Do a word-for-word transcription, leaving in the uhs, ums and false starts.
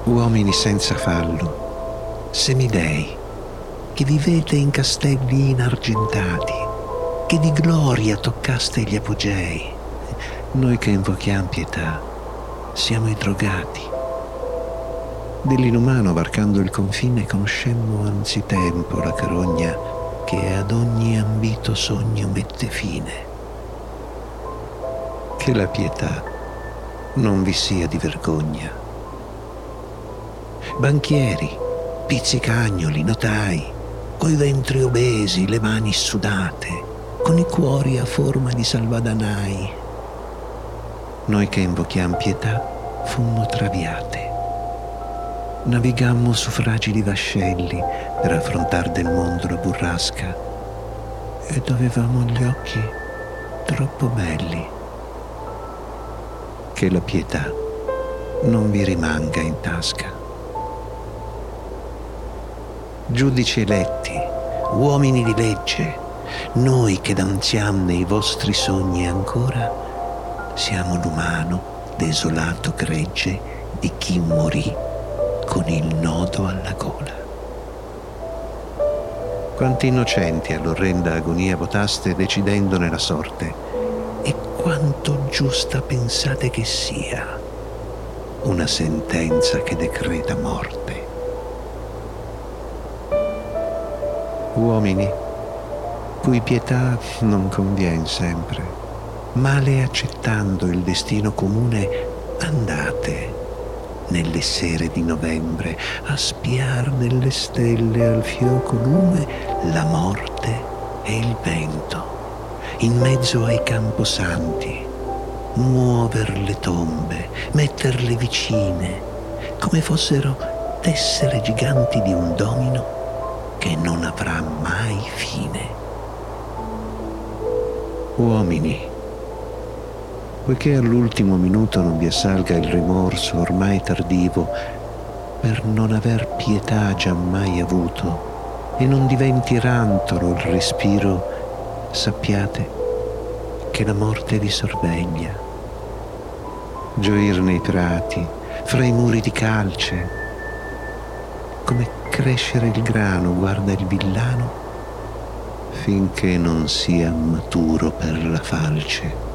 Uomini senza fallo, semidei, che vivete in castelli inargentati, che di gloria toccaste gli apogei, noi che invochiamo pietà siamo i drogati. Dell'inumano varcando il confine conoscemmo anzitempo la carogna che ad ogni ambito sogno mette fine. Che la pietà non vi sia di vergogna. Banchieri, pizzicagnoli, notai, coi ventri obesi, le mani sudate, con i cuori a forma di salvadanai. Noi che invochiam pietà fummo traviate. Navigammo su fragili vascelli per affrontar del mondo la burrasca ed avevamo gli occhi troppo belli. Che la pietà non vi rimanga in tasca. Giudici eletti, uomini di legge, noi che danziam nei vostri sogni ancora, siamo l'umano desolato gregge di chi morì con il nodo alla gola. Quanti innocenti all'orrenda agonia votaste decidendone la sorte, e quanto giusta pensate che sia una sentenza che decreta morte. Uomini, cui pietà non convien sempre, male accettando il destino comune, andate nelle sere di novembre a spiar nelle stelle al fioco lume la morte e il vento, in mezzo ai camposanti, muover le tombe, metterle vicine, come fossero tessere giganti di un domino che non avrà mai fine. Uomini, poiché all'ultimo minuto non vi assalga il rimorso ormai tardivo per non aver pietà giammai avuto e non diventi rantolo il respiro, sappiate che la morte vi sorveglia. Gioir nei prati, fra i muri di calce, come crescere il grano guarda il villano finché non sia maturo per la falce.